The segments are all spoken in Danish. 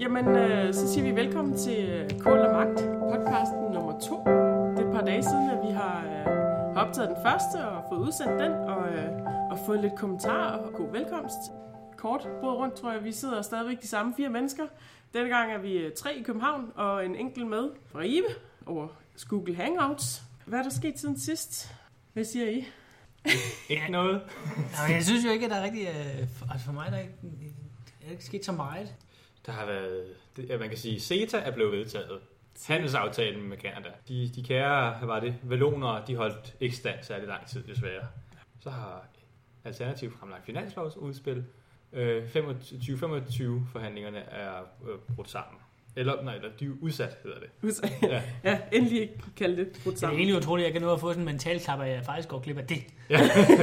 Jamen, så siger vi velkommen til Kål og Magt, podcasten nummer 2. Det er et par dage siden, at vi har optaget den første og fået udsendt den, og fået lidt kommentarer og god velkomst. Kort både rundt, tror jeg, vi sidder stadigvæk de samme 4 mennesker. Denne gang er vi 3 i København og en enkelt med fra Ribe over Google Hangouts. Hvad er der sket siden sidst? Hvad siger I? Ikke noget. Nå, jeg synes jo ikke, at der er rigtig... Altså for mig der er ikke sket så meget. Der har været... Man kan sige, CETA er blevet vedtaget. Handelsaftalen med Canada. De kære, var det, vallonere, de holdt ikke stand særlig lang tid, desværre. Så har Alternativ fremlagt finanslovsudspil. 2025 forhandlingerne er brudt sammen. Eller de er udsat, hedder det. Ja, endelig ikke kalde det brudt Det er sammen. egentlig utroligt, at jeg kan nå at få sådan en mentalklap, at jeg faktisk går glip af det. Ja.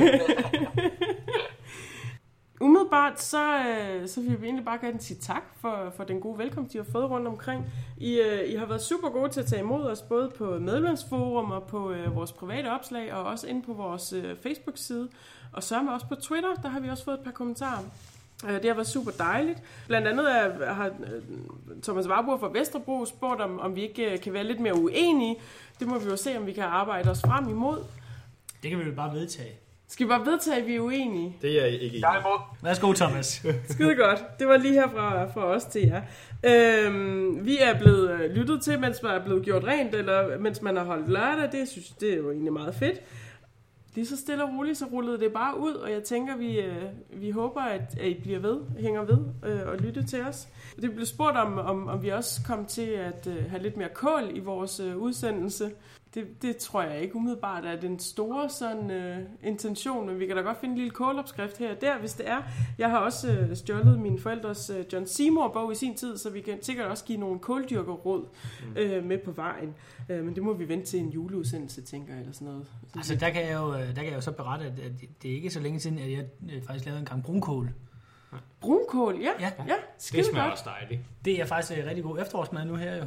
Umiddelbart, så vil vi egentlig bare gerne sige tak for den gode velkomst, I har fået rundt omkring. I har været super gode til at tage imod os, både på medlemsforum og på vores private opslag, og også inde på vores Facebook-side. Og så også på Twitter, der har vi også fået et par kommentarer. Det har været super dejligt. Blandt andet har Thomas Warburg fra Vesterbro spurgt, om vi ikke kan være lidt mere uenige. Det må vi jo se, om vi kan arbejde os frem imod. Det kan vi jo bare vedtage. Skal vi bare vedtage, at vi er uenige? Det er jeg ikke enig. Jeg er imod. Værsgo, Thomas. Skide godt. Det var lige her fra os til jer. Vi er blevet lyttet til, mens man er blevet gjort rent, eller mens man har holdt lørdag. Det synes jeg, det er jo egentlig meget fedt. Lige så stille og roligt, så rullede det bare ud, og jeg tænker, vi håber, at I bliver ved, hænger ved og lytte til os. Det blev spurgt om vi også kom til at have lidt mere kål i vores udsendelse. Det tror jeg ikke umiddelbart er den store sådan, intention, men vi kan da godt finde en lille kålopskrift her og der, hvis det er. Jeg har også stjålet mine forældres John Seymour-bog i sin tid, så vi kan sikkert også give nogle kåldyrkerråd med på vejen. Men det må vi vente til en juleudsendelse, tænker jeg, eller sådan noget. Altså, der kan jeg jo så berette, at det er ikke så længe siden, at jeg faktisk lavede en gang brunkål. Brunkål, ja. Det smager også dejligt. Det er faktisk rigtig god efterårsmad nu her jo.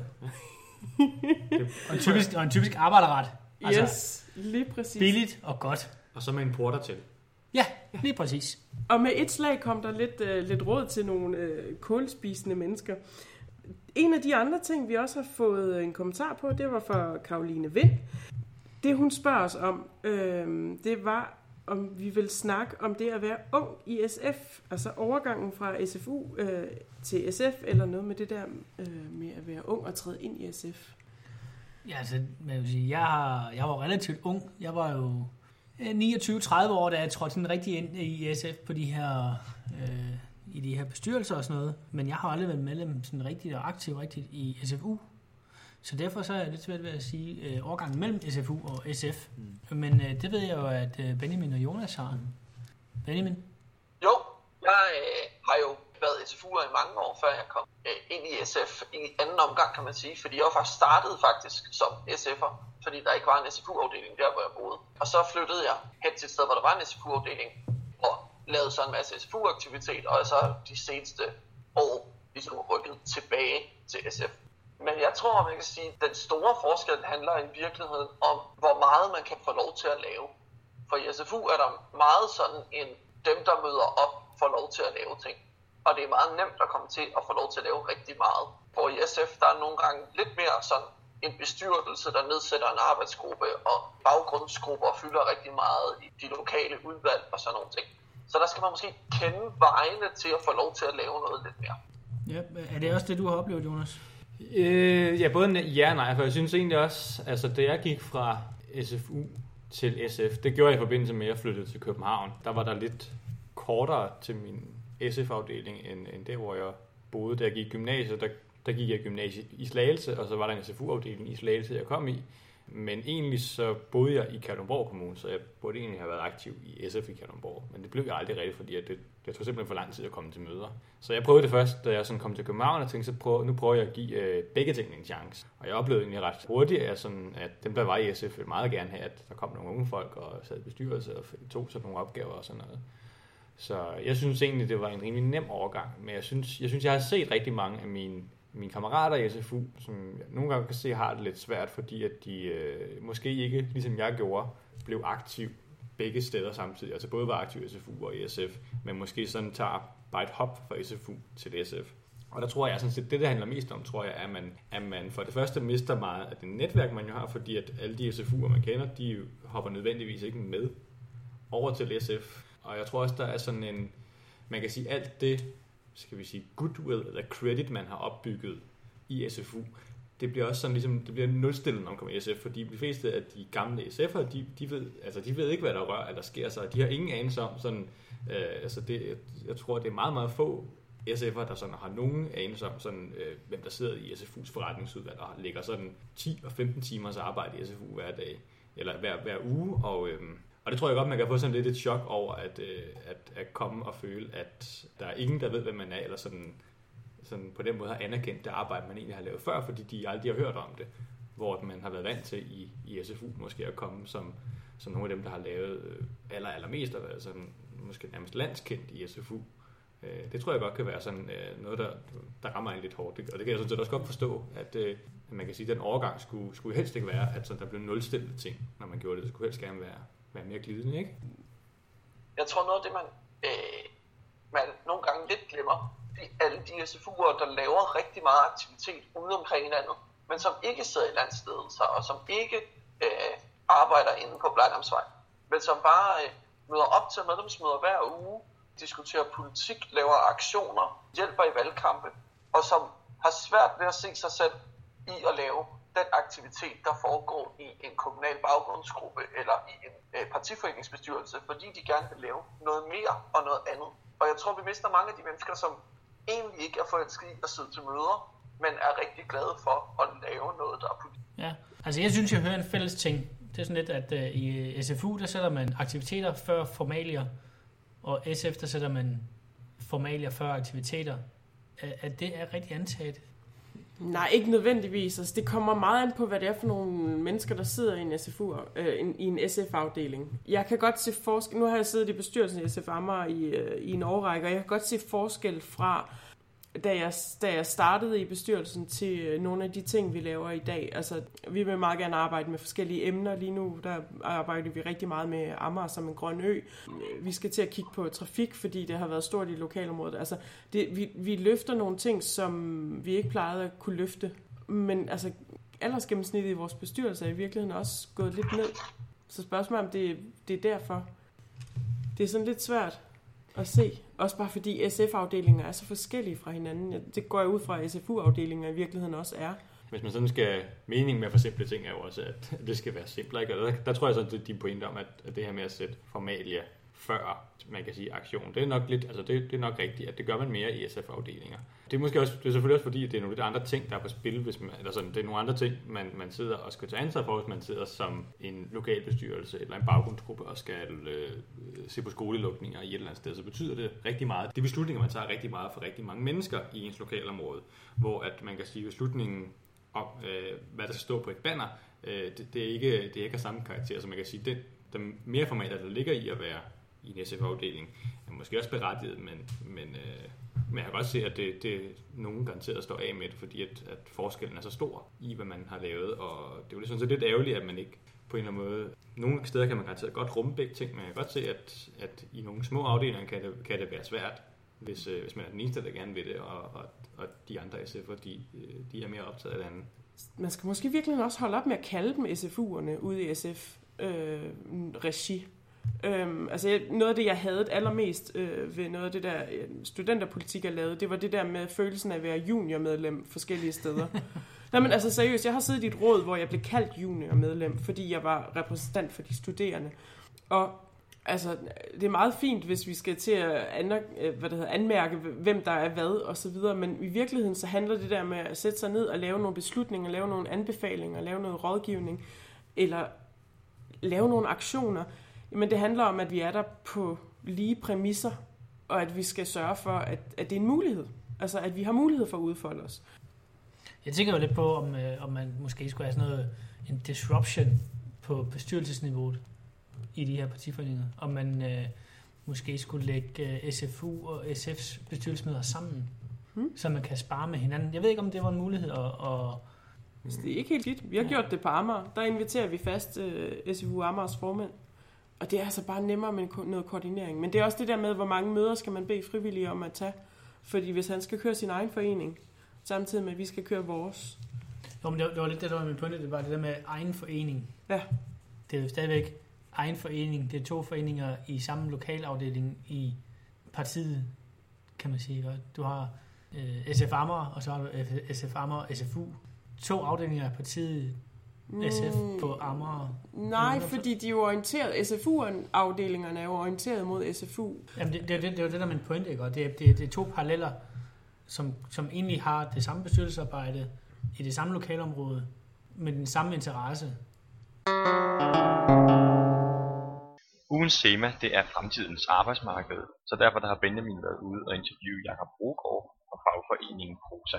og en typisk arbejderret. Altså, Yes, lige præcis. billigt og godt. Og så med en porter til. Ja, lige præcis. Og med et slag kom der lidt råd til nogle kålspisende mennesker. En af de andre ting, vi også har fået en kommentar på, det var fra Caroline Vind. Det hun spørger os om, det var, om vi vil snakke om det at være ung i SF, altså overgangen fra SFU til SF, eller noget med det der med at være ung og træde ind i SF. Ja, altså, man vil sige, jeg var relativt ung. Jeg var jo 29-30 år, da jeg trådte sådan rigtig ind i SF på de her bestyrelser og sådan noget. Men jeg har aldrig været medlem sådan rigtigt og aktiv rigtigt i SFU. Så derfor så er jeg lidt svært ved at sige overgangen mellem SFU og SF. Men det ved jeg jo, at Benjamin og Jonas har. Benjamin? Jo, jeg har jo været SFU'er i mange år, før jeg kom ind i SF i anden omgang, kan man sige. Fordi jeg var faktisk som SF'er, fordi der ikke var en SFU-afdeling der, hvor jeg boede. Og så flyttede jeg hen til et sted, hvor der var en SFU-afdeling, og lavede så en masse SFU-aktivitet, og så de seneste år ligesom rykket tilbage til SF. Men jeg tror, man kan sige, at den store forskel handler i virkeligheden om, hvor meget man kan få lov til at lave. For i SFU er der meget sådan en, dem der møder op, får lov til at lave ting. Og det er meget nemt at komme til at få lov til at lave rigtig meget. For i SF, der er nogle gange lidt mere sådan en bestyrelse, der nedsætter en arbejdsgruppe, og baggrundsgrupper fylder rigtig meget i de lokale udvalg og sådan nogle ting. Så der skal man måske kende vejene til at få lov til at lave noget lidt mere. Ja, er det også det, du har oplevet, Jonas? Ja, både ja og nej, for jeg synes egentlig også, altså da jeg gik fra SFU til SF, det gjorde jeg i forbindelse med, at jeg flyttede til København. Der var der lidt kortere til min SF-afdeling, end der, hvor jeg boede. Da jeg gik i gymnasiet, der gik jeg i gymnasiet i Slagelse, og så var der en SFU-afdeling i Slagelse, jeg kom i. Men egentlig så boede jeg i Kalundborg Kommune, så jeg burde egentlig have været aktiv i SF i Kalundborg. Men det blev jeg aldrig rigtigt, fordi det tog simpelthen for lang tid at komme til møder. Så jeg prøvede det først, da jeg sådan kom til København, og tænkte, nu prøver jeg at give begge ting en chance. Og jeg oplevede egentlig ret hurtigt, at dem, der var i SF, ville meget gerne have, at der kom nogle unge folk og sad i bestyrelse og tog sådan nogle opgaver og sådan noget. Så jeg synes egentlig, det var en rimelig nem overgang. Men jeg synes, jeg har set rigtig mange af mine kammerater i SFU, som jeg nogle gange kan se, har det lidt svært, fordi at de måske ikke, ligesom jeg gjorde, blev aktiv begge steder samtidig. Altså både var aktiv i SFU og i SF, men måske sådan tager bare et hop fra SFU til SF. Og der tror jeg sådan set, det handler mest om, tror jeg, at man for det første mister meget af det netværk, man jo har, fordi at alle de SFU'er, man kender, de hopper nødvendigvis ikke med over til SF. Og jeg tror også, der er sådan en, man kan sige, alt det, skal vi sige, goodwill eller credit, man har opbygget i SFU, det bliver også sådan ligesom, det bliver nulstillet omkring SF, fordi de fleste af de gamle SF'ere, de ved ikke, hvad der rører, eller sker sig. De har ingen anelse om sådan, jeg tror, det er meget, meget få SF'ere, der sådan har nogen anelse om sådan, hvem der sidder i SFU's forretningsudvalg og lægger sådan 10 og 15 timers arbejde i SFU hver dag, eller hver uge, og det tror jeg godt, man kan få sådan lidt et chok over, at komme og føle, at der er ingen, der ved, hvem man er, eller sådan på den måde har anerkendt det arbejde, man egentlig har lavet før, fordi de aldrig har hørt om det, hvor man har været vant til i SFU måske at komme som nogle af dem, der har lavet allermest, og været sådan, måske nærmest landskendt i SFU. Det tror jeg godt kan være sådan noget, der rammer en lidt hårdt. Og det kan jeg sådan set også godt forstå, at man kan sige, at den overgang skulle helst ikke være, at sådan, der blev nulstillet ting, når man gjorde det. Det skulle helst gerne være mere glidende, ikke? Jeg tror noget af det, man nogle gange lidt glemmer, de alle de SFU'er, der laver rigtig meget aktivitet ude omkring i landet, men som ikke sidder i landsledelser, og som ikke arbejder inde på Blejdomsvej, men som bare møder op til medlemsmøder hver uge, diskuterer politik, laver aktioner, hjælper i valgkampe, og som har svært ved at se sig selv i at lave den aktivitet, der foregår i en kommunal baggrundsgruppe eller i en partiforeningsbestyrelse, fordi de gerne vil lave noget mere og noget andet. Og jeg tror, vi mister mange af de mennesker, som egentlig ikke er forelsket i at sidde til møder, men er rigtig glade for at lave noget, der er politisk. Ja, altså jeg synes, jeg hører en fælles ting. Det er sådan lidt, at i SFU, der sætter man aktiviteter før formalier, og SF, der sætter man formalier før aktiviteter. At det er rigtig antaget? Nej, ikke nødvendigvis. Altså, det kommer meget an på, hvad det er for nogle mennesker, der sidder i en SFU, i en SF-afdeling. Jeg kan godt se forskel. Nu har jeg siddet i bestyrelsen i SF Amager i en årrække, og jeg kan godt se forskel fra, da jeg startede i bestyrelsen til nogle af de ting, vi laver i dag. Altså, vi vil meget gerne arbejde med forskellige emner. Lige nu, der arbejder vi rigtig meget med Amager som en grøn ø. Vi skal til at kigge på trafik, fordi det har været stort i lokalområdet. Altså, vi løfter nogle ting, som vi ikke plejede at kunne løfte. Men altså, aldersgennemsnittet i vores bestyrelse er i virkeligheden også gået lidt ned. Så spørgsmålet om det er derfor. Det er sådan lidt svært at se. Også bare fordi SF-afdelinger er så forskellige fra hinanden. Det går jeg ud fra, at SFU-afdelinger i virkeligheden også er. Hvis man sådan skal, meningen med for simple ting er jo også, at det skal være simplere, ikke? Og der tror jeg sådan, at de pointer om, at det her med at sætte formalia før, man kan sige, aktion, det er nok lidt, altså det er nok rigtigt, at det gør man mere i SF-afdelinger. Det er selvfølgelig også fordi, at det er nogle lidt andre ting, der er på spil, eller sådan, det er nogle andre ting, man sidder og skal tage ansvar for, hvis man sidder som en lokalbestyrelse eller en baggrundsgruppe og skal se på skolelukninger i et eller andet sted, så betyder det rigtig meget. Det beslutninger, man tager rigtig meget for rigtig mange mennesker i ens lokalområde, hvor at man kan sige, beslutningen om, hvad der skal stå på et banner, det er ikke af samme karakter, så man kan sige, den mere formater, der ligger i at være i en SF-afdeling, er måske også berettiget, men jeg kan godt se, at det nogen garanteret står af med det, fordi at forskellen er så stor i, hvad man har lavet, og det er jo sådan lidt ærgerligt, at man ikke på en eller anden måde, nogle steder kan man garanteret godt rumme begge ting, men jeg kan godt se, at i nogle små afdelinger kan det være svært, hvis man er den eneste, der gerne vil det, og de andre SF'er, de er mere optaget af det andet. Man skal måske virkelig også holde op med at kalde dem SFU'erne ude i SF-regi. Altså noget af det, jeg havde allermest ved noget af det der studenterpolitik, jeg lavede, det var det der med følelsen af at være juniormedlem forskellige steder. Nej, men altså seriøst, jeg har siddet i et råd, hvor jeg blev kaldt juniormedlem, fordi jeg var repræsentant for de studerende. Og altså, det er meget fint, hvis vi skal til at anmærke, hvem der er hvad og så videre, men i virkeligheden så handler det der med at sætte sig ned og lave nogle beslutninger, lave nogle anbefalinger, lave noget rådgivning, eller lave nogle aktioner. Men det handler om, at vi er der på lige præmisser, og at vi skal sørge for, at det er en mulighed. Altså, at vi har mulighed for at udfolde os. Jeg tænker jo lidt på, om man måske skulle have sådan noget, en disruption på bestyrelsesniveauet i de her partiforeninger. Om man måske skulle lægge SFU og SF's bestyrelsesmøder sammen, så man kan spare med hinanden. Jeg ved ikke, om det var en mulighed at det er ikke helt skidt. Vi har gjort det på Amager. Der inviterer vi fast SFU Amagers formand. Og det er altså bare nemmere med noget koordinering. Men det er også det der med, hvor mange møder skal man bede frivillige om at tage. Fordi hvis han skal køre sin egen forening, samtidig med, at vi skal køre vores. Jo, men det var lidt det, der var min pointe, det var det der med egen forening. Ja. Det er jo stadigvæk egen forening. Det er 2 foreninger i samme lokalafdeling i partiet, kan man sige. Du har SF Amager, og så har du SF Amager og SFU. 2 afdelinger af partiet SF på Amager. Nej, fordi de er jo orienteret. SFU-afdelingerne er jo orienteret mod SFU. Jamen, det er jo det, der er min pointe, ikke? Og det er 2 paralleller, som egentlig har det samme bestyrelsesarbejde i det samme lokalområde, med den samme interesse. Ugens tema, det er fremtidens arbejdsmarked, så derfor der har Benjamin været ude og interviewe Jakob Brogaard fra fagforeningen Prosa.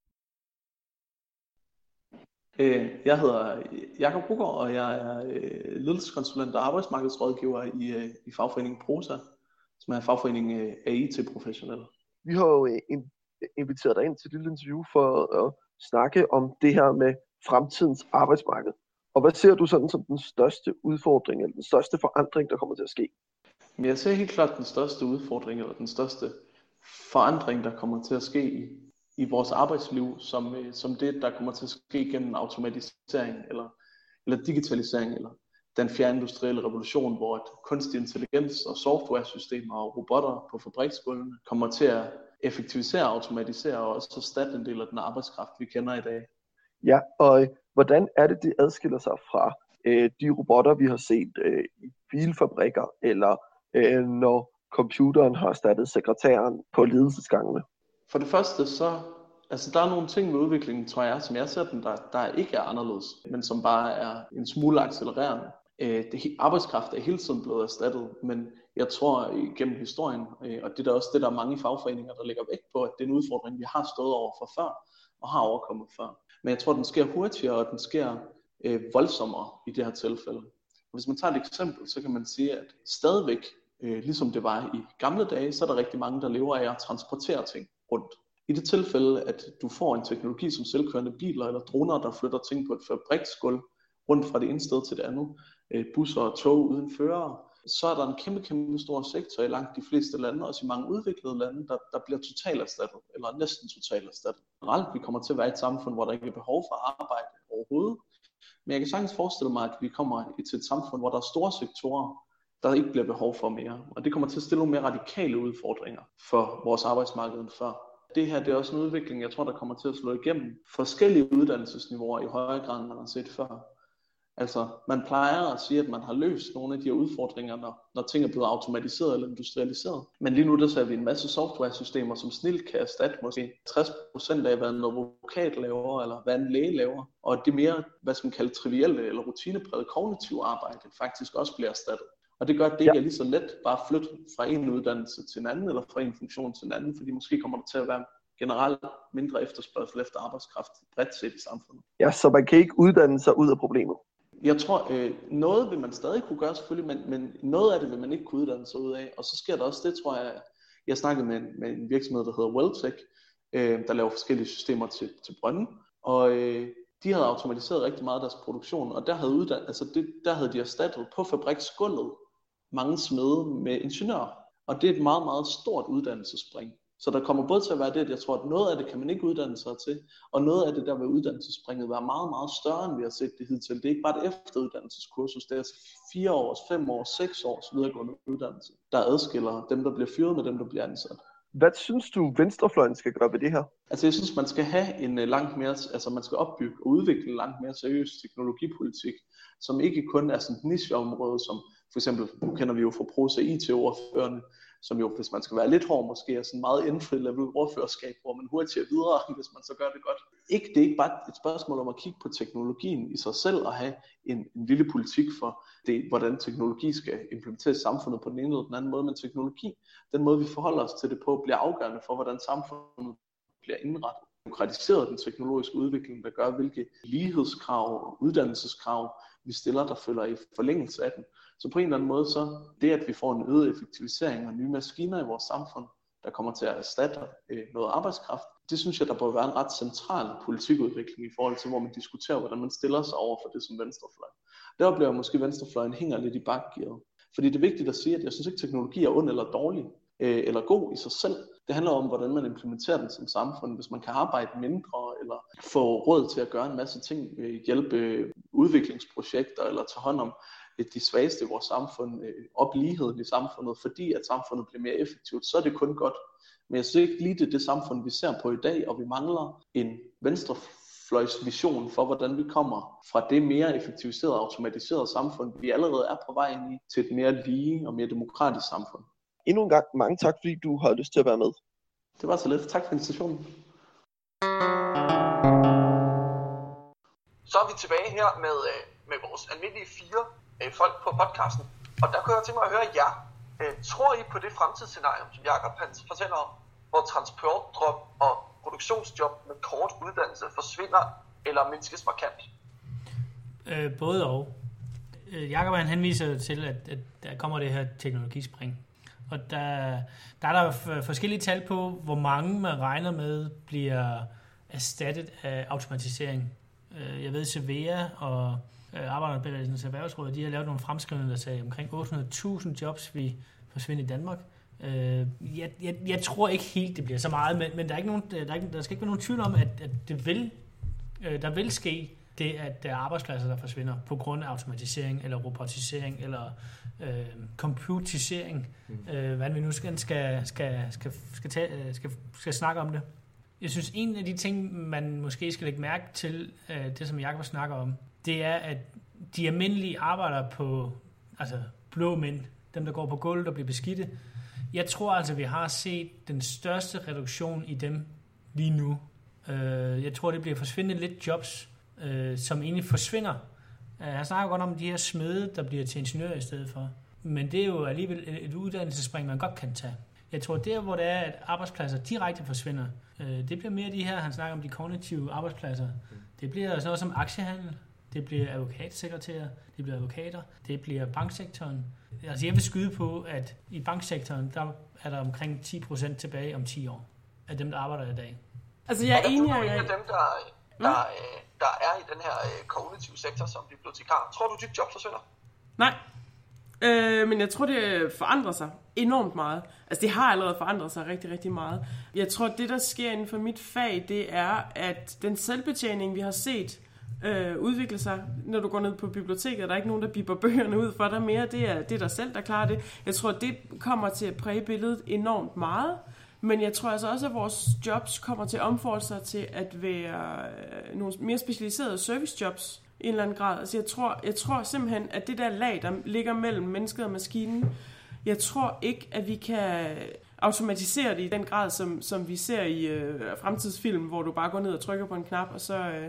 Jeg hedder Jakob Brogaard, og jeg er ledelseskonsulent og arbejdsmarkedsrådgiver i fagforeningen Prosa, som er fagforeningen af IT-professionelle. Vi har jo inviteret dig ind til et lille interview for at snakke om det her med fremtidens arbejdsmarked. Og hvad ser du sådan som den største udfordring, eller den største forandring, der kommer til at ske? Jeg ser helt klart den største udfordring, eller den største forandring, der kommer til at ske i vores arbejdsliv, som det, der kommer til at ske gennem automatisering, eller digitalisering, eller den 4. industrielle revolution, hvor et kunstig intelligens og softwaresystemer og robotter på fabriksgulvene kommer til at effektivisere, automatisere og også erstatte en del af den arbejdskraft, vi kender i dag. Ja, og hvordan er det adskiller sig fra de robotter, vi har set i bilfabrikker, eller når computeren har erstattet sekretæren på ledelsesgangene? For det første, der er nogle ting ved udviklingen, tror jeg, som jeg ser den, der ikke er anderledes, men som bare er en smule accelererende. Arbejdskraft er hele tiden blevet erstattet, men jeg tror gennem historien, og det er også det, der er mange fagforeninger, der lægger vægt på, at det er en udfordring, vi har stået over for før, og har overkommet før. Men jeg tror, den sker hurtigere, og den sker voldsommere i det her tilfælde. Hvis man tager et eksempel, så kan man sige, at stadigvæk, ligesom det var i gamle dage, så er der rigtig mange, der lever af at transportere ting rundt. I det tilfælde, at du får en teknologi som selvkørende biler eller droner, der flytter ting på et fabriksgulv rundt fra det ene sted til det andet, busser og tog uden førere, så er der en kæmpe stor sektor i langt de fleste lande, også i mange udviklede lande, der bliver totalt erstattet, eller næsten totalt erstattet. Generelt, vi kommer til at være et samfund, hvor der ikke er behov for arbejde overhovedet, men jeg kan sagtens forestille mig, at vi kommer til et samfund, hvor der er store sektorer, der ikke bliver behov for mere, og det kommer til at stille nogle mere radikale udfordringer for vores arbejdsmarked end før. Det her, det er også en udvikling, jeg tror, der kommer til at slå igennem forskellige uddannelsesniveauer i højere grad, end man har set før. Altså, man plejer at sige, at man har løst nogle af de her udfordringer, når ting er blevet automatiseret eller industrialiseret. Men lige nu, der ser vi en masse softwaresystemer, som snilt kan erstatte måske 60% af, hvad en advokat laver, eller hvad en læge laver. Og det mere, hvad skal man kalde trivielle eller rutinepræget kognitive arbejde, faktisk også bliver erstattet. Og det gør, at det ikke er lige så let bare at flytte fra en uddannelse til en anden, eller fra en funktion til en anden, fordi måske kommer der til at være generelt mindre efterspørgsel efter arbejdskraft bredt set i samfundet. Ja, så man kan ikke uddanne sig ud af problemet. Jeg tror, noget vil man stadig kunne gøre selvfølgelig, men noget af det vil man ikke kunne uddanne sig ud af. Og så sker der også det, tror jeg snakkede med en virksomhed, der hedder Welltech, der laver forskellige systemer til brønde. Og de havde automatiseret rigtig meget af deres produktion, og der havde de erstattet på fabriksgulvet mange smede med ingeniører. Og det er et meget, meget stort uddannelsesspring. Så der kommer både til at være det, at jeg tror, at noget af det kan man ikke uddanne sig til, og noget af det, der vil uddannelsesspringet være meget, meget større, end vi har set det hidtil. Det er ikke bare et efteruddannelseskursus, det er altså 4 års, 5 års, 6 års videregående uddannelse, der adskiller dem, der bliver fyret med dem, der bliver ansat. Hvad synes du, venstrefløjen skal gøre ved det her? Altså jeg synes, man skal have en langt mere, altså man skal opbygge og udvikle en langt mere seriøs teknologipolitik, som ikke kun er sådan et nicheområde, som for eksempel, nu kender vi jo fra Prosa IT-ordførerne, som jo, hvis man skal være lidt hård, måske er sådan meget entry-level ordførerskab, hvor man hurtigt er videre, hvis man så gør det godt. Det er ikke bare et spørgsmål om at kigge på teknologien i sig selv og have en lille politik for det, hvordan teknologi skal implementeres i samfundet på den ene eller den anden måde, men teknologi, den måde vi forholder os til det på, bliver afgørende for, hvordan samfundet bliver indrettet. Demokratiseret den teknologiske udvikling, der gør, hvilke lighedskrav og uddannelseskrav vi stiller, der følger i forlængelse af den. Så på en eller anden måde, så det, at vi får en øget effektivisering og nye maskiner i vores samfund, der kommer til at erstatte noget arbejdskraft, det synes jeg, der bør være en ret central politikudvikling i forhold til, hvor man diskuterer, hvordan man stiller sig over for det som venstrefløj. Der oplever jeg måske, at venstrefløjen hænger lidt i bakgearet. Fordi det er vigtigt at sige, at jeg synes ikke, at teknologi er ond eller dårlig. eller god i sig selv. Det handler om, hvordan man implementerer den som samfund. Hvis man kan arbejde mindre, eller få råd til at gøre en masse ting, hjælpe udviklingsprojekter, eller tage hånd om de svageste i vores samfund, op ligheden i samfundet, fordi at samfundet bliver mere effektivt, så er det kun godt. Men jeg synes ikke lige, det er det samfund, vi ser på i dag, og vi mangler en venstrefløjsvision for, hvordan vi kommer fra det mere effektiviserede og automatiserede samfund, vi allerede er på vej ind i, til et mere lige og mere demokratisk samfund. Endnu en gang, mange tak, fordi du har lyst til at være med. Det var så lidt. Tak for invitationen. Så er vi tilbage her med vores almindelige 4 folk på podcasten. Og der kunne jeg tænke mig at høre jer. Tror I på det fremtidsscenario, som Jakob fortæller om, hvor transportdrop og produktionsjob med kort uddannelse forsvinder eller mindskes markant? Både og. Jakob han henviser til, at der kommer det her teknologispring. Og der er der forskellige tal på, hvor mange man regner med bliver erstattet af automatisering. Jeg ved, Sevea og Arbejderbevægelsens Erhvervsråd, de har lavet nogle fremskrivninger, der sagde omkring 800.000 jobs vil forsvinde i Danmark. Jeg tror ikke helt, det bliver så meget, men der skal ikke være nogen tvivl om, at der vil ske det, at der er arbejdspladser, der forsvinder på grund af automatisering, eller robotisering, eller computisering, hvad vi nu skal snakke om det. Jeg synes, en af de ting, man måske skal lægge mærke til, det som Jakob snakker om, det er, at de almindelige arbejdere på, altså blå mænd, dem der går på gulvet og bliver beskidte, jeg tror altså, vi har set den største reduktion i dem lige nu. Jeg tror, det bliver forsvindende lidt jobs, som egentlig forsvinder. Jeg snakker godt om de her smede, der bliver til ingeniører i stedet for. Men det er jo alligevel et uddannelsesspring, man godt kan tage. Jeg tror, der hvor det er, at arbejdspladser direkte forsvinder, det bliver mere de her, han snakker om de kognitive arbejdspladser. Det bliver sådan noget som aktiehandel, det bliver advokatsekretærer, det bliver advokater, det bliver banksektoren. Altså jeg vil skyde på, at i banksektoren, der er der omkring 10% tilbage om 10 år af dem, der arbejder i dag. Altså jeg er enig, at af dem, der er i den her kognitive sektor som bibliotekar. Tror du, dit job forsvinder? Nej. Men jeg tror, det forandrer sig enormt meget. Altså, det har allerede forandret sig rigtig, rigtig meget. Jeg tror, det, der sker inden for mit fag, det er, at den selvbetjening, vi har set udvikle sig, når du går ned på biblioteket, der er ikke nogen, der bipper bøgerne ud for dig mere. Det er dig selv, der klarer det. Jeg tror, det kommer til at præge billedet enormt meget. Men jeg tror altså også, at vores jobs kommer til at omforme sig til at være nogle mere specialiserede servicejobs i en eller anden grad. Altså jeg tror simpelthen, at det der lag, der ligger mellem mennesket og maskinen, jeg tror ikke, at vi kan automatisere det i den grad, som vi ser i fremtidsfilm, hvor du bare går ned og trykker på en knap, og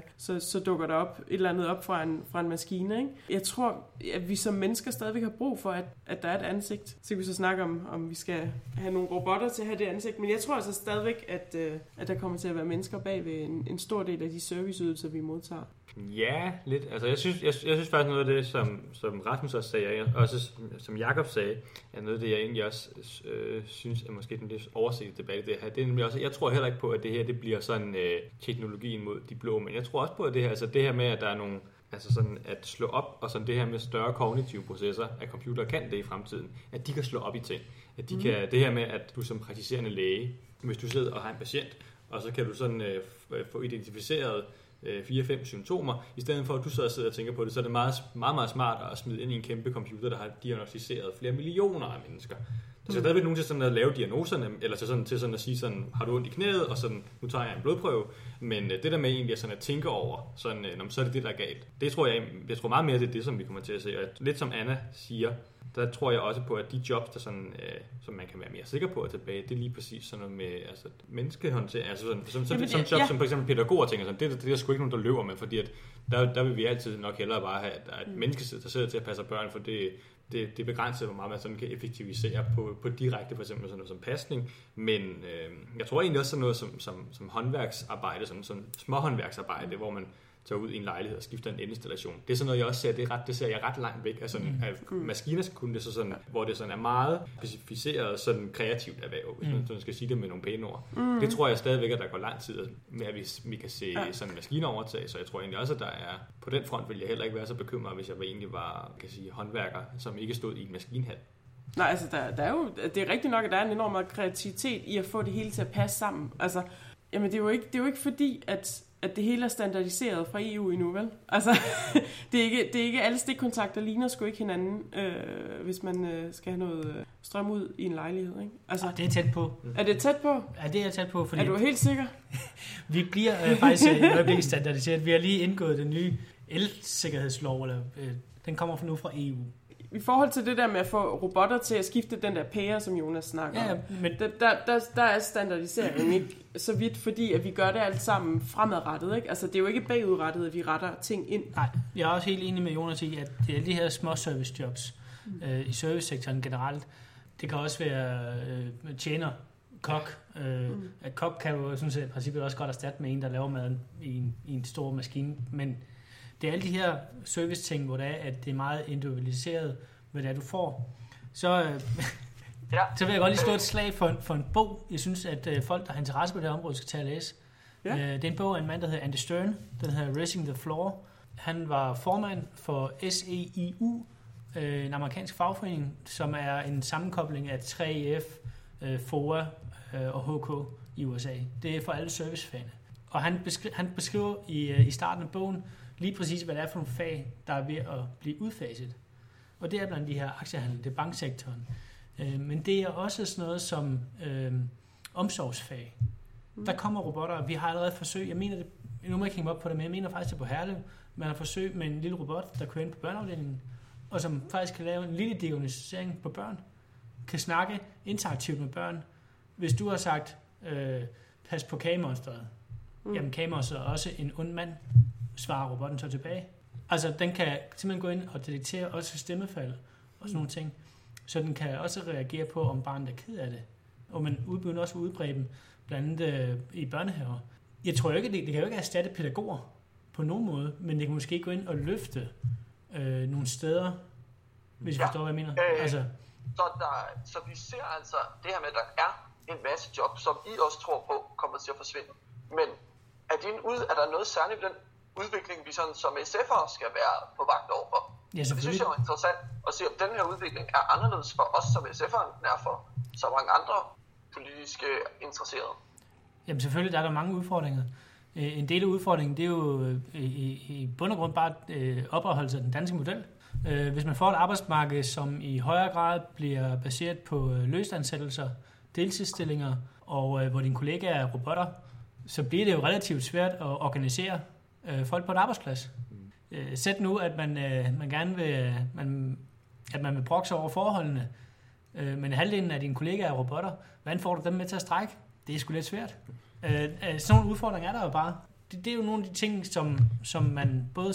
så dukker der et eller andet op fra en maskine. Ikke? Jeg tror, at vi som mennesker stadigvæk har brug for, at der er et ansigt. Så kan vi så snakke om vi skal have nogle robotter til at have det ansigt. Men jeg tror altså stadigvæk, at der kommer til at være mennesker bag ved en stor del af de serviceydelser, vi modtager. Ja, lidt. Altså, jeg synes faktisk noget af det, som Rasmus også sagde, og også som Jakob sagde, er noget af det, jeg egentlig også synes er måske den lidt overset debat i det her. Det er nemlig også, jeg tror heller ikke på, at det her det bliver sådan teknologien mod de blå, men jeg tror også på, at det her, altså det her med, at der er nogle, altså sådan at slå op, og sådan det her med større kognitive processer, at computer kan det i fremtiden, at de kan slå op i ting. At de kan, det her med, at du som praktiserende læge, hvis du sidder og har en patient, og så kan du sådan få identificeret 4-5 symptomer, i stedet for at du sidder og tænker på det, så er det meget, meget, meget smart at smide ind i en kæmpe computer, der har diagnostiseret flere millioner af mennesker. Der skal stadigvæk nogen til sådan at lave diagnoserne, eller til sådan at sige sådan, har du ondt i knæet, og sådan, nu tager jeg en blodprøve, men det der med egentlig sådan at tænke over, sådan, så er det det, der er galt. Det tror jeg tror meget mere, det er det, som vi kommer til at se, og lidt som Anna siger, der tror jeg også på, at de jobs, der sådan, som man kan være mere sikker på at tilbage, det er lige præcis sådan noget med altså, menneskehåndtering, altså sådan, som jobs, som for eksempel pædagoger tænker sådan, det er der sgu ikke nogen, der løber med, fordi at der vil vi altid nok hellere bare have, at der er et menneske, der sidder til at passe børn, for det begrænser, hvor meget man sådan kan effektivisere på direkte, for eksempel sådan noget som pasning, men jeg tror egentlig også sådan noget som håndværksarbejde, sådan småhåndværksarbejde, hvor man tager ud i en lejlighed og skifter en elinstallation. Det er sådan noget, jeg også ser, det ser jeg ret langt væk af sådan, at maskiner skal kunne det sådan, hvor det sådan er meget specificeret, sådan kreativt erhverv, hvis man sådan skal sige det med nogle pæne ord. Det tror jeg stadigvæk, at der går lang tid med, at vi kan se sådan maskiner overtage, så jeg tror egentlig også, at der er, på den front vil jeg heller ikke være så bekymret, hvis jeg egentlig var, kan sige, håndværker, som ikke stod i en maskinhal. Nej, altså der er jo, det er rigtigt nok, at der er en enorm meget kreativitet i at få det hele til at passe sammen. Altså, jamen det er jo ikke fordi, at det hele er standardiseret fra EU endnu, vel? Altså, det er ikke alle stikkontakter ligner sgu ikke hinanden, hvis man skal have noget strøm ud i en lejlighed, ikke? Altså, det er tæt på. Er det tæt på? Ja, det er tæt på, fordi... Er du helt sikker? Vi bliver faktisk i øjeblikket standardiseret. Vi har lige indgået den nye elsikkerhedslov, eller den kommer nu fra EU. I forhold til det der med at få robotter til at skifte den der pære, som Jonas snakker om, men der er standardiseringen ikke så vidt, fordi at vi gør det alt sammen fremadrettet, ikke? Altså det er jo ikke bagudrettet, at vi retter ting ind. Nej, jeg er også helt enig med Jonas i, at det er de her små service jobs i servicesektoren generelt. Det kan også være tjener, kok. Kok kan jo sådan set i princippet også godt erstatte med en, der laver maden i en stor maskine, men det er alle de her service-ting, hvor det er, at det er meget individualiseret, hvad det er, du får. Så vil jeg godt lige slå et slag for en bog. Jeg synes, at folk, der har interesse på det her område, skal tage at læse. Ja. Det er en bog af en mand, der hedder Andy Stern. Den hedder Raising the Floor. Han var formand for SEIU, en amerikansk fagforening, som er en sammenkobling af 3F, FOA og HK i USA. Det er for alle servicefagene. Og han beskriver i starten af bogen, lige præcis, hvad det er for nogle fag, der er ved at blive udfaset. Og det er blandt de her aktiehandel, det er banksektoren. Men det er også sådan noget som omsorgsfag. Der kommer robotter, vi har allerede forsøg, jeg mener det, nu må jeg ikke hænge op på det, men jeg mener faktisk det på Herlev, man har forsøg med en lille robot, der kører ind på børneafdelingen, og som faktisk kan lave en lille diagnostisering på børn, kan snakke interaktivt med børn. Hvis du har sagt, pas på kagemonsteret, jamen kagemonsteret er også en ond mand, svarer robotten så tilbage. Altså, den kan simpelthen gå ind og detektere også stemmefald og sådan nogle ting. Så den kan også reagere på, om barnet er ked af det. Og man udbyder også udbrede dem, blandt andet i børnehaver. Jeg tror ikke, det kan jo ikke erstatte pædagoger på nogen måde, men det kan måske gå ind og løfte nogle steder, hvis vi forstår, hvad jeg mener. Så vi ser altså det her med, at der er en masse job, som I også tror på, kommer til at forsvinde. Men er der noget særligt ved den udvikling, vi sådan som SF'ere skal være på vagt overfor? Ja, det synes jeg er interessant at se, om den her udvikling er anderledes for os som SF'ere, end den er for så mange andre politiske interesserede. Jamen selvfølgelig, der er der mange udfordringer. En del af udfordringen, det er jo i bund og grund bare opretholdelse af den danske model. Hvis man får et arbejdsmarked, som i højere grad bliver baseret på løsansættelser, deltidsstillinger, og hvor dine kollegaer er robotter, så bliver det jo relativt svært at organisere folk på et arbejdsplads. Sæt nu, at man gerne vil, at man vil brokke sig over forholdene, men halvdelen af dine kollegaer er robotter. Hvordan får du dem med til at strække? Det er sgu lidt svært. Sådan nogle udfordringer er der jo bare. Det er jo nogle af de ting, som man både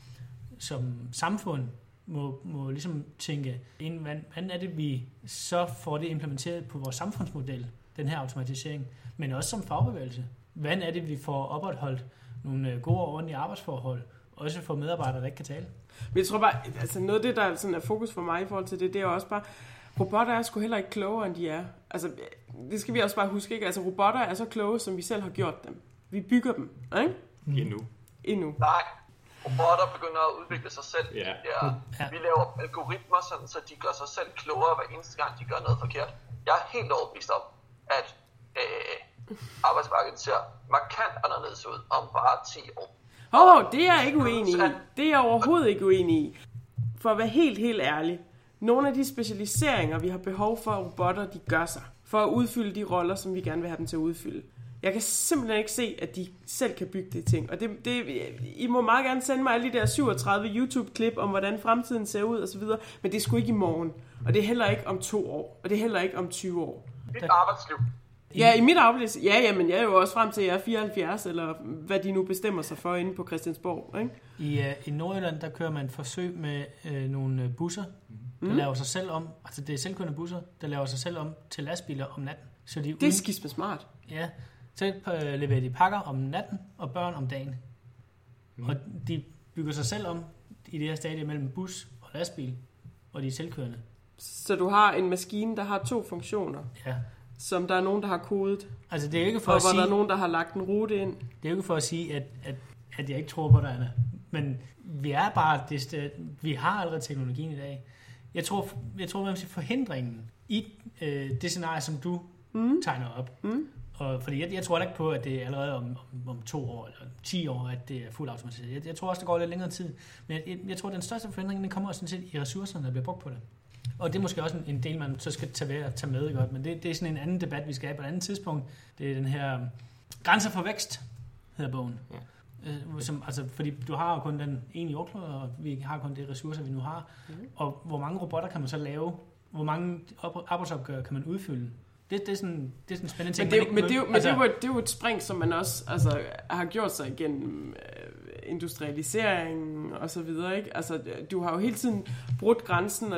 som samfund må ligesom tænke, hvordan er det, vi så får det implementeret på vores samfundsmodel, den her automatisering, men også som fagbevægelse. Hvordan er det, vi får opretholdt nogle gode og ordentlige arbejdsforhold, også for medarbejdere, der ikke kan tale? Men jeg tror bare, altså noget af det, der sådan er fokus for mig i forhold til det, det er også bare, robotter er sgu heller ikke klogere, end de er. Altså, det skal vi også bare huske, ikke? Altså, robotter er så kloge, som vi selv har gjort dem. Vi bygger dem, ikke? Endnu. Nej, robotter begynder at udvikle sig selv. Ja. Vi laver algoritmer, sådan, så de gør sig selv klogere hver eneste gang, de gør noget forkert. Jeg er helt overbevist om, at arbejdsmarkedet ser markant anderledes ud om bare 10 år. Det er jeg ikke uenig i. Det er jeg overhovedet ikke uenig i. For at være helt ærlig, nogle af de specialiseringer, vi har behov for, robotter, de gør sig, for at udfylde de roller, som vi gerne vil have dem til at udfylde. Jeg kan simpelthen ikke se, at de selv kan bygge det ting. Og I må meget gerne sende mig alle de der 37 YouTube-klip om, hvordan fremtiden ser ud osv., men det er sgu ikke i morgen. Og det er heller ikke om 2 år. Og det er heller ikke om 20 år. Mit arbejdsliv. Ja, i mit arbejdsliv. Ja, men jeg er jo også frem til, at jeg er 74, eller hvad de nu bestemmer sig for inde på Christiansborg. Ikke? I Nordjylland, der kører man forsøg med nogle busser, der laver sig selv om. Altså det er selvkørende busser, der laver sig selv om til lastbiler om natten. Så det er skisme smart. Ja, så leverer de pakker om natten og børn om dagen. Og de bygger sig selv om i det her stadie mellem bus og lastbil, og de er selvkørende. Så du har en maskine, der har 2 funktioner, som der er nogen, der har kodet, altså, det er ikke for og at hvor sige, der er nogen, der har lagt en rute ind. Det er jo ikke for at sige, at jeg ikke tror på dig, Anna. Men vi er bare det sted, vi har allerede teknologien i dag. Jeg tror man siger, forhindringen i det scenarie, som du tegner op. Og fordi jeg tror ikke på, at det er allerede om 2 år eller 10 år, at det er fuldt automatiseret. Jeg tror også, det går lidt længere tid. Men jeg tror, at den største forhindring, den kommer sådan set i ressourcerne, der bliver brugt på det. Og det er måske også en del, man så skal tage med, ikke? Men det er sådan en anden debat, vi skal have på et andet tidspunkt. Det er den her Grænser for vækst, hedder bogen. Ja. Fordi du har jo kun den ene jordklode, og vi har kun de ressourcer, vi nu har. Og hvor mange robotter kan man så lave? Hvor mange arbejdsopgaver kan man udfylde? Det er sådan en spændende ting. Men det er jo et spring, som man også har gjort sig igennem industrialisering og så videre, ikke? Altså, du har jo hele tiden brudt grænsen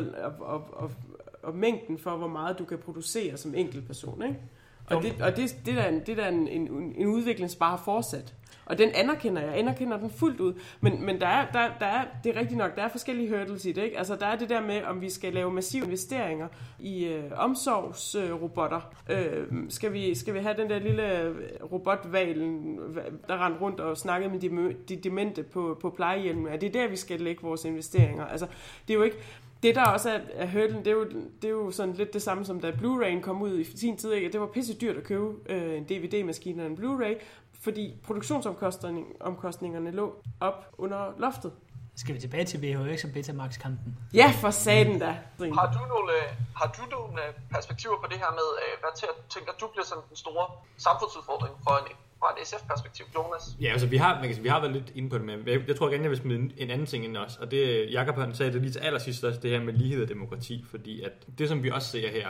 og mængden for, hvor meget du kan producere som enkeltperson, ikke? Og det er da en udvikling, som bare har fortsat. Og den anerkender den fuldt ud. Men der er, det er rigtigt nok, der er forskellige hurdles i det, ikke? Altså, der er det der med, om vi skal lave massive investeringer i omsorgsrobotter. Skal vi have den der lille robotvalen, der rendte rundt og snakkede med de demente på plejehjemmet? Er det der, vi skal lægge vores investeringer? Altså, det er jo ikke... Det der også er hurdlen, det er jo sådan lidt det samme som da Blu-ray'en kom ud i sin tid, ikke? Det var pisse dyrt at købe en DVD-maskine og en Blu-ray, fordi produktionsomkostningerne lå op under loftet. Skal vi tilbage til VHX og Betamax-kampen? Ja, for satan da. Har du nogle perspektiver på det her med, hvad tænker du bliver sådan den store samfundsudfordring fra et SF-perspektiv, Jonas? Ja, altså vi har været lidt inde på det, men jeg tror gerne, jeg vil smide en anden ting ind også, og det Jakob han sagde det lige til allersidst også, det her med lighed og demokrati, fordi at det som vi også ser her,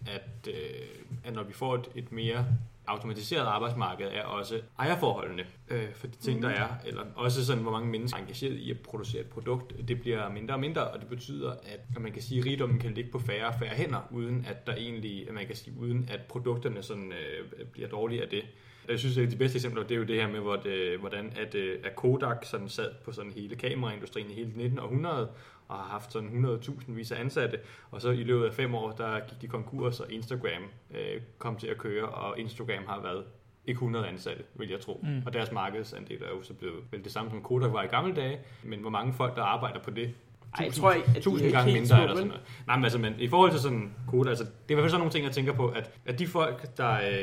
at når vi får et mere automatiseret arbejdsmarked, er også ejerforholdene for de ting, der er, eller også sådan, hvor mange mennesker er engageret i at producere et produkt, det bliver mindre og mindre, og det betyder, at man kan sige, at rigdommen kan ligge på færre og færre hænder, uden at der egentlig, man kan sige, uden at produkterne sådan bliver dårlige af det. Jeg synes, at de bedste eksempler, det er jo det her med, hvordan at Kodak sådan sad på sådan hele kameraindustrien i hele 19. århundrede, og har haft sådan 100.000 vis af ansatte, og så i løbet af 5 år, der gik de konkurs, og Instagram kom til at køre, og Instagram har været ikke 100 ansatte, vil jeg tro. Og deres markedsandel er jo så blevet vel det samme, som Kodak var i gamle dage, men hvor mange folk, der arbejder på det, jeg tror ikke, 1000 gange mindre eller sådan noget. Nej, men altså, i forhold til sådan Kodak, altså, det er i hvert fald sådan nogle ting, jeg tænker på, at de folk,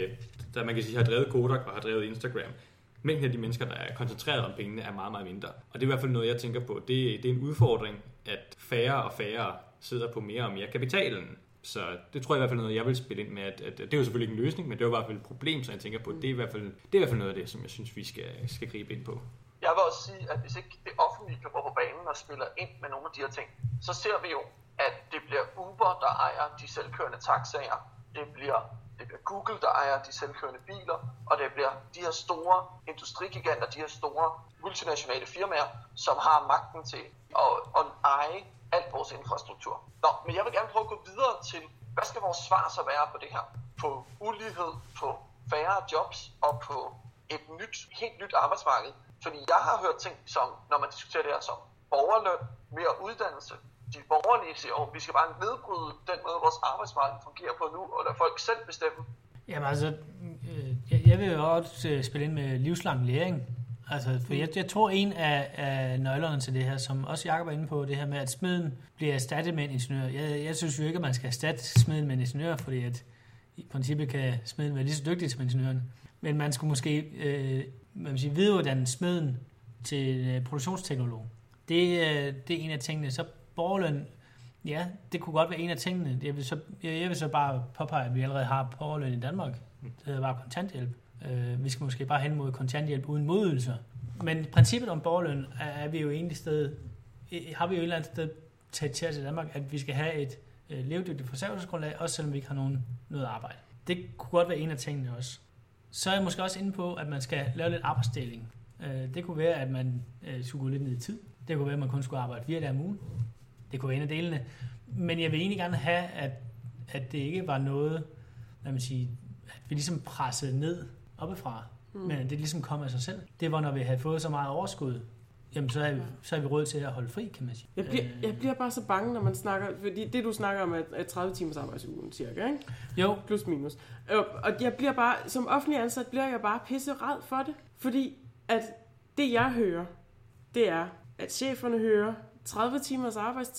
der man kan sige, har drevet Kodak og har drevet Instagram, mængden af de mennesker, der er koncentreret om pengene, er meget, meget mindre. Og det er i hvert fald noget, jeg tænker på. Det er en udfordring, at færre og færre sidder på mere og mere kapitalen. Så det tror jeg i hvert fald noget, jeg vil spille ind med, at det er jo selvfølgelig ikke en løsning, men det er jo i hvert fald et problem, så jeg tænker på, det er i hvert fald noget af det, som jeg synes, vi skal gribe ind på. Jeg vil også sige, at hvis ikke det offentlige kan gå på banen og spiller ind med nogle af de her ting, så ser vi jo, at det bliver Uber, der ejer de selvkørende taxaer. Det bliver Google, der ejer de selvkørende biler. Og det bliver de her store industrigiganter, de her store multinationale firmaer, som har magten til at eje alt vores infrastruktur. Nå, men jeg vil gerne prøve at gå videre til, hvad skal vores svar så være på det her? På ulighed, på færre jobs og på et helt nyt arbejdsmarked. Fordi jeg har hørt ting som, når man diskuterer det her som borgerløn, mere uddannelse. De borgerlige siger, at vi skal bare nedbryde den måde, vores arbejdsmarked fungerer på nu, og lade folk selv bestemme. Jamen altså, jeg vil jo også spille ind med livslang læring. Altså, for jeg tror en af nøglerne til det her, som også Jakob var inde på, det her med, at smeden bliver erstattet med en ingeniør. Jeg synes jo ikke, at man skal erstatte smeden med en ingeniør, fordi at i princippet kan smeden være lige så dygtig som ingeniøren. Men man skulle måske videreuddanne smeden til produktionsteknolog. Det er en af tingene. Så borgerløn, ja, det kunne godt være en af tingene. Jeg vil så bare påpege, at vi allerede har borgerløn i Danmark. Det hedder bare kontanthjælp. Vi skal måske bare hen mod kontanthjælp uden modydelser. Men princippet om borgerløn har vi jo et eller andet sted taget til Danmark, at vi skal have et levedygtigt forsørgelsesgrundlag, også selvom vi ikke har noget arbejde. Det kunne godt være en af tingene også. Så er jeg måske også inde på, at man skal lave lidt arbejdsdeling. Det kunne være, at man skulle gå lidt ned i tid. Det kunne være, at man kun skulle arbejde 4 dage om ugen. Det kunne være en af delene. Men jeg vil egentlig gerne have, at det ikke var noget, at vi ligesom pressede ned oppefra, men at det ligesom kom af sig selv. Det var, når vi havde fået så meget overskud, jamen så er vi råd til at holde fri, kan man sige. Jeg bliver bare så bange, når man snakker, fordi det du snakker om er 30 timers arbejdsugen cirka, ikke? Jo. Plus minus. Og jeg bliver bare, som offentlig ansat, bliver jeg bare pisserad for det, fordi at det jeg hører, det er, at cheferne hører 30 timers arbejdstid,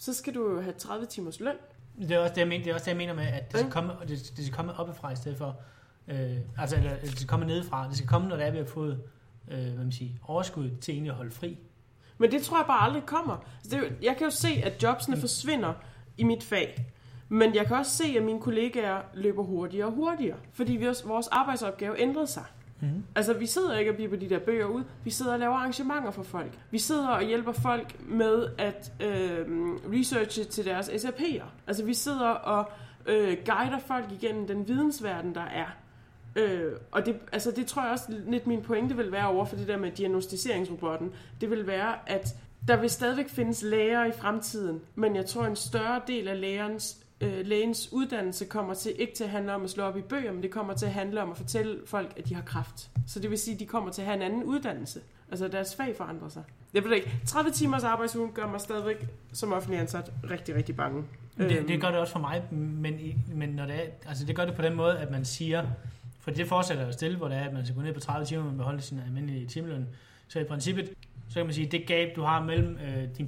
så skal du jo have 30 timers løn. Det er også det, jeg mener med, at det skal komme oppefra i stedet for, eller det skal komme nedefra. Det skal komme, når der er ved at få overskud til egentlig at holde fri. Men det tror jeg bare aldrig kommer. Jeg kan jo se, at jobsene forsvinder i mit fag. Men jeg kan også se, at mine kollegaer løber hurtigere og hurtigere. Fordi vores arbejdsopgave ændrede sig. Mm. Altså, vi sidder ikke og bliver på de der bøger ud. Vi sidder og laver arrangementer for folk. Vi sidder og hjælper folk med at researche til deres SAP'er. Altså, vi sidder og guider folk igennem den vidensverden, der er. Og det tror jeg også lidt min pointe vil være over for det der med diagnostiseringsrobotten. Det vil være, at der vil stadigvæk findes læger i fremtiden, men jeg tror en større del af lægens uddannelse kommer ikke til at handle om at slå op i bøger, men det kommer til at handle om at fortælle folk, at de har kræft. Så det vil sige, at de kommer til at have en anden uddannelse. Altså deres fag forandrer sig. Jeg ved ikke, 30 timers arbejdsuge gør mig stadigvæk som offentlig ansat rigtig, rigtig bange. Det gør det også for mig, men når det er, altså det gør det på den måde, at man siger, for det fortsætter jo stille, hvor det er, at man skal gå ned på 30 timer, og beholde sin almindelige timeløn. Så i princippet, så kan man sige, det gab, du har mellem din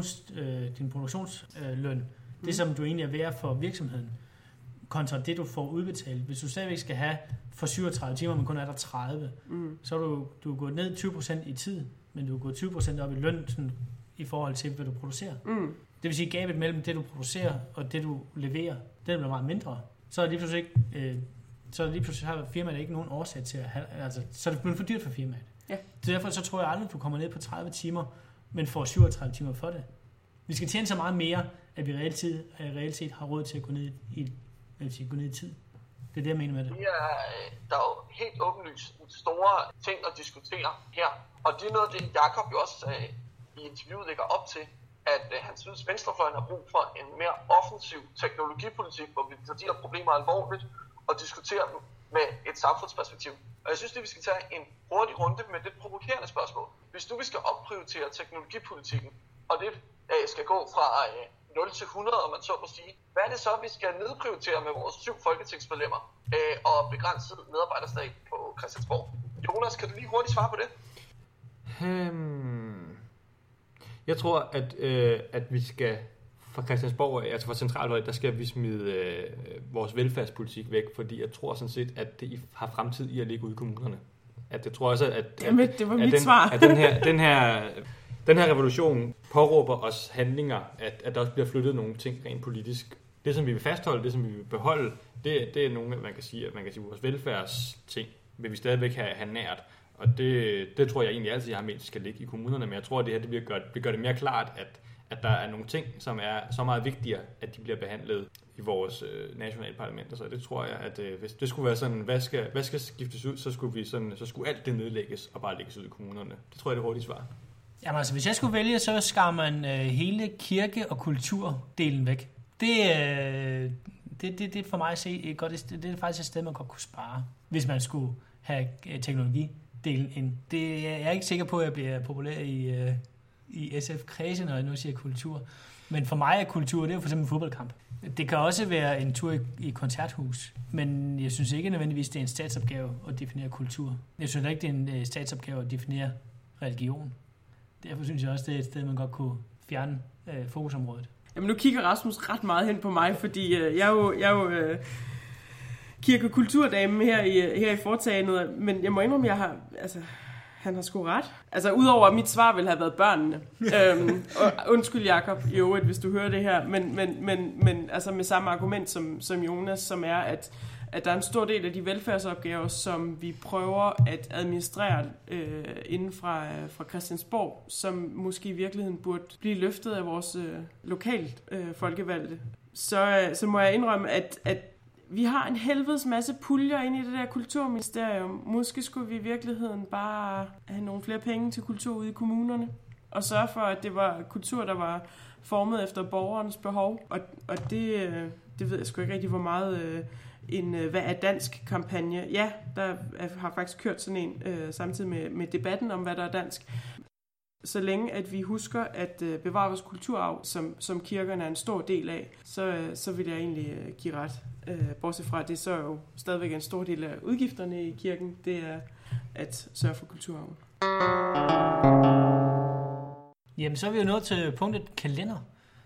produktionsløn, det som du egentlig er værd for virksomheden, kontra det, du får udbetalt. Hvis du stadigvæk skal have for 37 timer, men kun er der 30, så er du er gået ned 20% i tid, men du er gået 20% op i løn sådan, i forhold til, hvad du producerer. Det vil sige, gabet mellem det, du producerer, og det, du leverer, det bliver meget mindre. Så er det lige pludselig har firmaet ikke nogen årsag til at have, altså, så er det blevet for dyrt for firmaet. Ja. Så derfor så tror jeg aldrig, at du kommer ned på 30 timer, men får 37 timer for det. Vi skal tjene så meget mere, at vi reelt set har råd til at gå ned i tid. Det er det, jeg mener med det. Der er jo helt åbenlyst store ting at diskutere her. Og det er noget, det Jakob jo også i interviewet lægger op til, at han synes, at venstrefløjen har brug for en mere offensiv teknologipolitik, hvor vi tager de her problemer alvorligt og diskuterer dem med et samfundsperspektiv. Og jeg synes, at vi skal tage en hurtig runde med det provokerende spørgsmål. Hvis vi skal opprioritere teknologipolitikken, og det skal gå fra 0 til 100, om man så må sige, hvad er det så, vi skal nedprioritere med vores 7 folketingsmedlemmer og begrænset medarbejderstab på Christiansborg? Jonas, kan du lige hurtigt svare på det? Jeg tror, at vi skal fra Christiansborg, altså fra centralholdet, der skal vi smide vores velfærdspolitik væk, fordi jeg tror sådan set, at det har fremtid i at ligge ude i kommunerne. At jeg tror også, det var mit svar. At den her revolution påråber os handlinger, at der også bliver flyttet nogle ting rent politisk. Det, som vi vil fastholde, det, som vi vil beholde, det er nogle, man kan sige, vores velfærdsting vil vi stadigvæk have nært. Og det tror jeg egentlig altid, jeg har ment, skal ligge i kommunerne. Men jeg tror, at det her det gør det mere klart, at der er nogle ting, som er så meget vigtigere, at de bliver behandlet i vores nationale parlamenter. Så det tror jeg, at hvis det skulle være sådan, hvad skal skiftes ud, så skulle alt det nedlægges og bare lægges ud i kommunerne. Det tror jeg er det hurtige svar. Jamen altså, hvis jeg skulle vælge, så skar man hele kirke- og kulturdelen væk. Det for mig at se godt, det er faktisk et sted, man godt kunne spare, hvis man skulle have teknologidelen ind. Jeg er ikke sikker på, at jeg bliver populær i SF-kredse, når jeg nu siger kultur. Men for mig er kultur, det er jo for eksempel en fodboldkamp. Det kan også være en tur i koncerthus, men jeg synes ikke nødvendigvis, det er en statsopgave at definere kultur. Jeg synes ikke, det er en statsopgave at definere religion. Derfor synes jeg også, det er et sted, man godt kunne fjerne fokusområdet. Jamen nu kigger Rasmus ret meget hen på mig, fordi jeg er jo kirke- og kulturdame her i foretagendet, men jeg må indrømme, han har sgu ret. Altså udover at mit svar ville have været børnene. Og undskyld Jakob, i øvrigt, hvis du hører det her, men altså med samme argument som Jonas, som er, at der er en stor del af de velfærdsopgaver, som vi prøver at administrere inden fra Christiansborg, som måske i virkeligheden burde blive løftet af vores lokalt folkevalgte. Så må jeg indrømme, at vi har en helvedes masse puljer inde i det der kulturministerium. Måske skulle vi i virkeligheden bare have nogle flere penge til kultur ude i kommunerne, og sørge for, at det var kultur, der var formet efter borgerens behov. Og det ved jeg sgu ikke rigtig, hvor meget en hvad er dansk kampagne. Ja, der har faktisk kørt sådan en samtidig med debatten om, hvad der er dansk. Så længe at vi husker at bevare vores kulturarv, som kirkerne er en stor del af, så vil jeg egentlig give ret. Bortset fra, at det så er jo stadigvæk en stor del af udgifterne i kirken, det er at sørge for kulturarven. Jamen, så er vi jo nået til punktet kalender.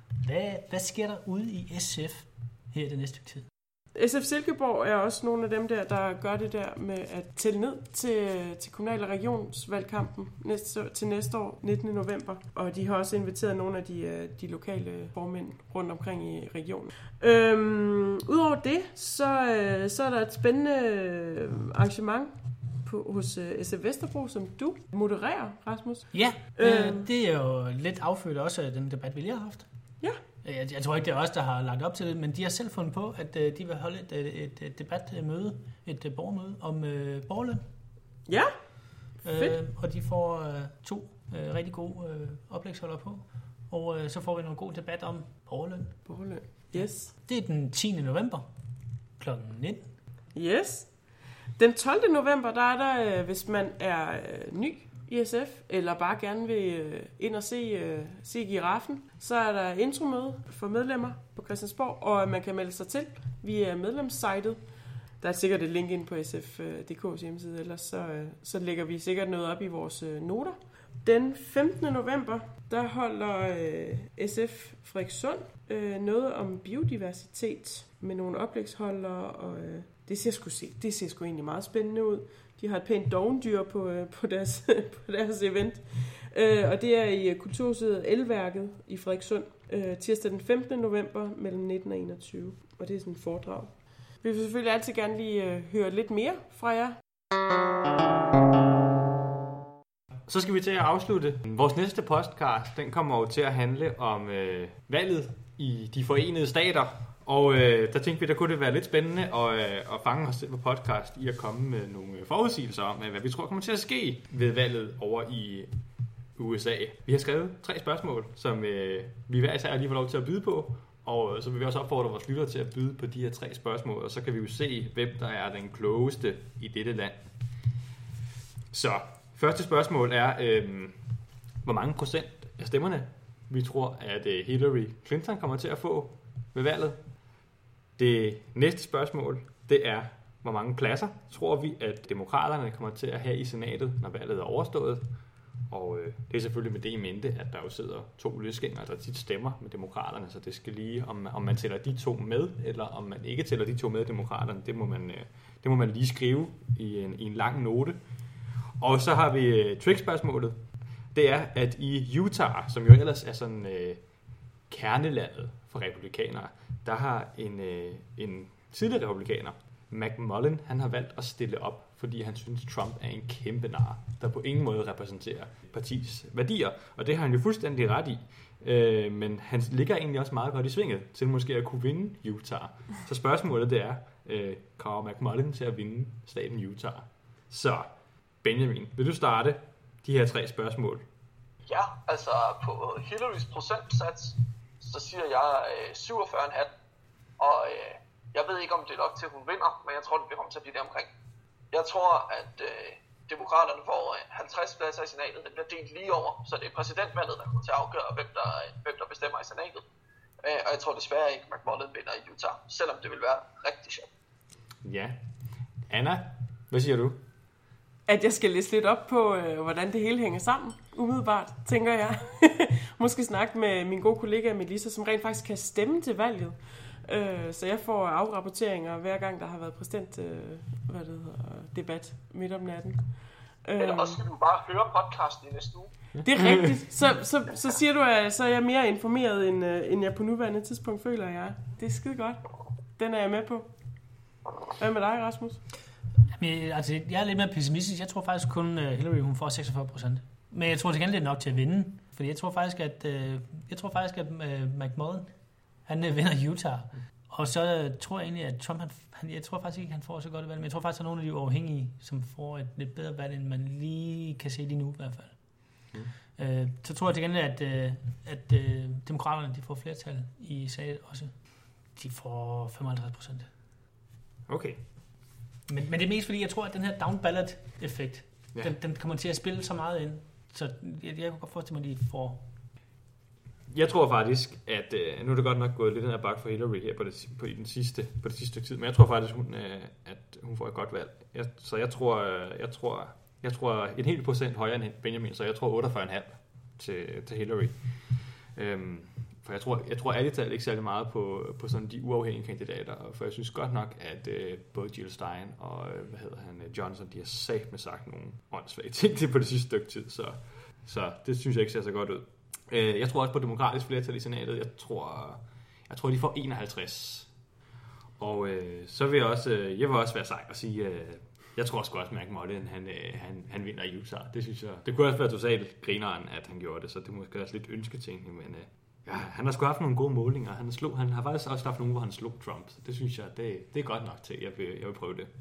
Hvad sker der ude i SF her det næste stykke tid? SF Silkeborg er også nogle af dem der gør det der med at tælle ned til kommunal- og regionsvalgkampen til næste år, 19. november. Og de har også inviteret nogle af de lokale formænd rundt omkring i regionen. Udover det, så er der et spændende arrangement hos SF Vesterbro, som du modererer, Rasmus. Ja, det er jo lidt affødt også af den debat, vi lige har haft. Ja. Jeg tror ikke, det er os, der har lagt op til det, men de har selv fundet på, at de vil holde et debatmøde, et borgermøde om borgerløn. Ja, fedt. Og de får 2 rigtig gode oplægsholdere på, og så får vi noget god debat om borgerløn. Borgerløn, yes. Det er den 10. november kl. 19. Yes. Den 12. november, der er der, hvis man er ny i SF, eller bare gerne vil ind og se Giraffen, så er der intromøde for medlemmer på Christiansborg, og man kan melde sig til via medlemssitet. Der er sikkert et link ind på sf.dk's hjemmeside, ellers så lægger vi sikkert noget op i vores noter. Den 15. november, der holder SF Frederikssund noget om biodiversitet med nogle oplægsholdere, og det ser sgu egentlig meget spændende ud. De har et pænt dovendyr på deres event. Og det er i Kulturhuset Elværket i Frederikssund. Tirsdag den 15. november mellem 19 og 21. Og det er sådan et foredrag. Vi vil selvfølgelig altid gerne lige høre lidt mere fra jer. Så skal vi til at afslutte. Vores næste podcast, den kommer jo til at handle om valget i de forenede stater. Og der tænkte vi, der kunne det være lidt spændende at fange os selv på podcast i at komme med nogle forudsigelser om, hvad vi tror kommer til at ske ved valget over i USA. Vi har skrevet 3 spørgsmål, som vi hver især lige får lov til at byde på. Og så vil vi også opfordre vores lyttere til at byde på de her 3 spørgsmål, og så kan vi jo se, hvem der er den klogeste i dette land. Så første spørgsmål er, hvor mange procent af stemmerne vi tror, at Hillary Clinton kommer til at få ved valget. Det næste spørgsmål, det er, hvor mange pladser tror vi, at demokraterne kommer til at have i senatet, når valget er overstået. Og det er selvfølgelig med det i mente, at der jo sidder 2 løsgængere, der tit stemmer med demokraterne, så det skal lige, om man tæller de 2 med, eller om man ikke tæller de 2 med demokraterne, det må man lige skrive i en lang note. Og så har vi trickspørgsmålet. Det er, at i Utah, som jo ellers er sådan kernelandet for republikanere, der har en tidligere republikaner, McMullen, han har valgt at stille op, fordi han synes, Trump er en kæmpe nar, der på ingen måde repræsenterer partiets værdier. Og det har han jo fuldstændig ret i. Men han ligger egentlig også meget godt i svinget til måske at kunne vinde Utah. Så spørgsmålet det er, kommer McMullen til at vinde staten Utah? Så Benjamin, vil du starte de her 3 spørgsmål? Ja, altså på Hillarys procentsats, så siger jeg 47,5. Og jeg ved ikke, om det er nok til, at hun vinder, men jeg tror, det bliver til at blive der omkring. Jeg tror, at demokraterne får 50 pladser i senatet. Det bliver delt lige over, så det er præsidentvalget, der kommer til at afgøre, hvem der bestemmer i senatet. Og jeg tror desværre ikke, at McMullen vinder i Utah, selvom det vil være rigtig sjovt. Ja. Anna, hvad siger du? At jeg skal læse lidt op på, hvordan det hele hænger sammen, umiddelbart, tænker jeg. Måske snakke med min gode kollega Melissa, som rent faktisk kan stemme til valget. Så jeg får afrapporteringer hver gang, der har været præsident debat midt om natten. Eller også skal du bare høre podcasten i næste uge. Det er rigtigt. Så siger du, at så er jeg mere informeret, end jeg på nuværende tidspunkt føler, jeg. Det er skide godt. Den er jeg med på. Hvad med dig, Rasmus? Altså, jeg er lidt mere pessimistisk. Jeg tror faktisk kun, Hillary hun får 46%. Men jeg tror til gengæld, det er nok til at vinde. Fordi jeg tror faktisk, at McMullen, han vinder Utah. Og så tror jeg egentlig, at Trump, jeg tror faktisk ikke, han får så godt et valg. Men jeg tror faktisk, at nogle af de uafhængige, som får et lidt bedre valg, end man lige kan se lige nu i hvert fald. Så tror jeg til gengæld, at demokraterne de får flertal i senatet også. De får 55%. Okay. Men det er mest fordi, jeg tror, at den her down ballot effekt, den kommer til at spille så meget ind. Så jeg kan godt forestille mig, at de får... Jeg tror faktisk, at nu er det godt nok gået lidt ned ad bakke for Hillary her på det sidste stykke tid, men jeg tror faktisk, at hun får et godt valg. Så jeg tror en hel procent højere end Benjamin, så jeg tror 48,5 til Hillary. For jeg tror ærligt talt ikke særlig meget på sådan de uafhængige kandidater, for jeg synes godt nok, at både Jill Stein og Johnson, de har sagt nogle åndssvage ting til på det sidste stykke tid, så det synes jeg ikke ser så godt ud. Jeg tror også på demokratisk flertal i senatet. Jeg tror de får 51. Og så vil jeg vil også være sej at sige, jeg tror også godt, at McMullen han vinder i Utah. Det synes jeg. Det kunne også være totalt grineren, at han gjorde det, så det måske også lidt ønsketænkning, men han har sgu haft nogle gode målinger. Han har faktisk også haft nogle, hvor han slog Trump, så det synes jeg, det er godt nok til, jeg vil prøve det.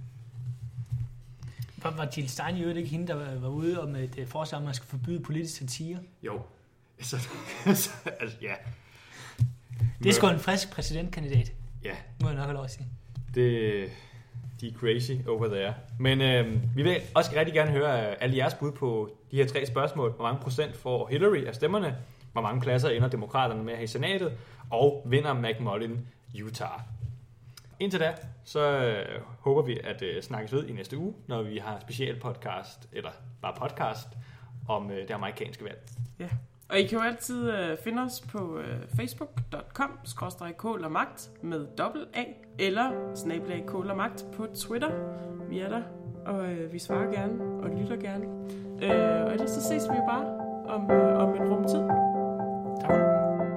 Var Jill Stein jo ikke hende, der var ude om et forslag, man skal forbyde politisk satire? Jo. Altså, ja. Det er sgu en frisk præsidentkandidat. Ja. Må jeg nok have lov at sige. De er crazy over there. Men vi vil også rigtig gerne høre alle jeres bud på de her 3 spørgsmål. Hvor mange procent får Hillary af stemmerne? Hvor mange pladser ender demokraterne med her i senatet? Og vinder McMullen Utah? Indtil da, så håber vi at snakkes ved i næste uge, når vi har en special podcast, eller bare podcast, om det amerikanske valg. Ja, og I kan jo altid finde os på facebook.com/kålermagt med dobbelt A, eller /kålermagt på Twitter. Vi er der, og vi svarer gerne, og lytter gerne. Og ellers så ses vi jo bare om en rumtid. Tak.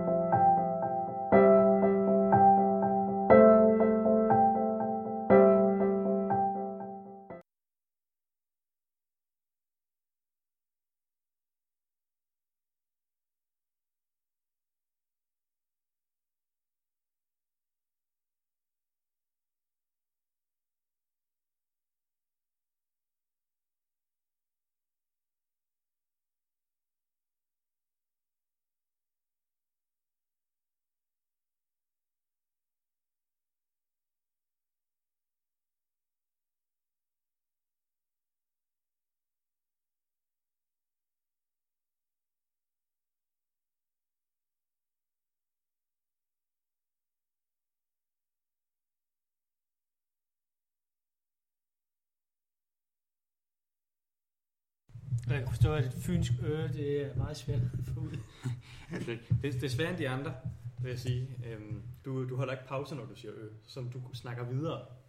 Jeg kan forstå, at et fynsk øre, det er meget svært at få ud. Det er sværere end de andre, vil jeg sige. Du holder ikke pause, når du siger som du snakker videre.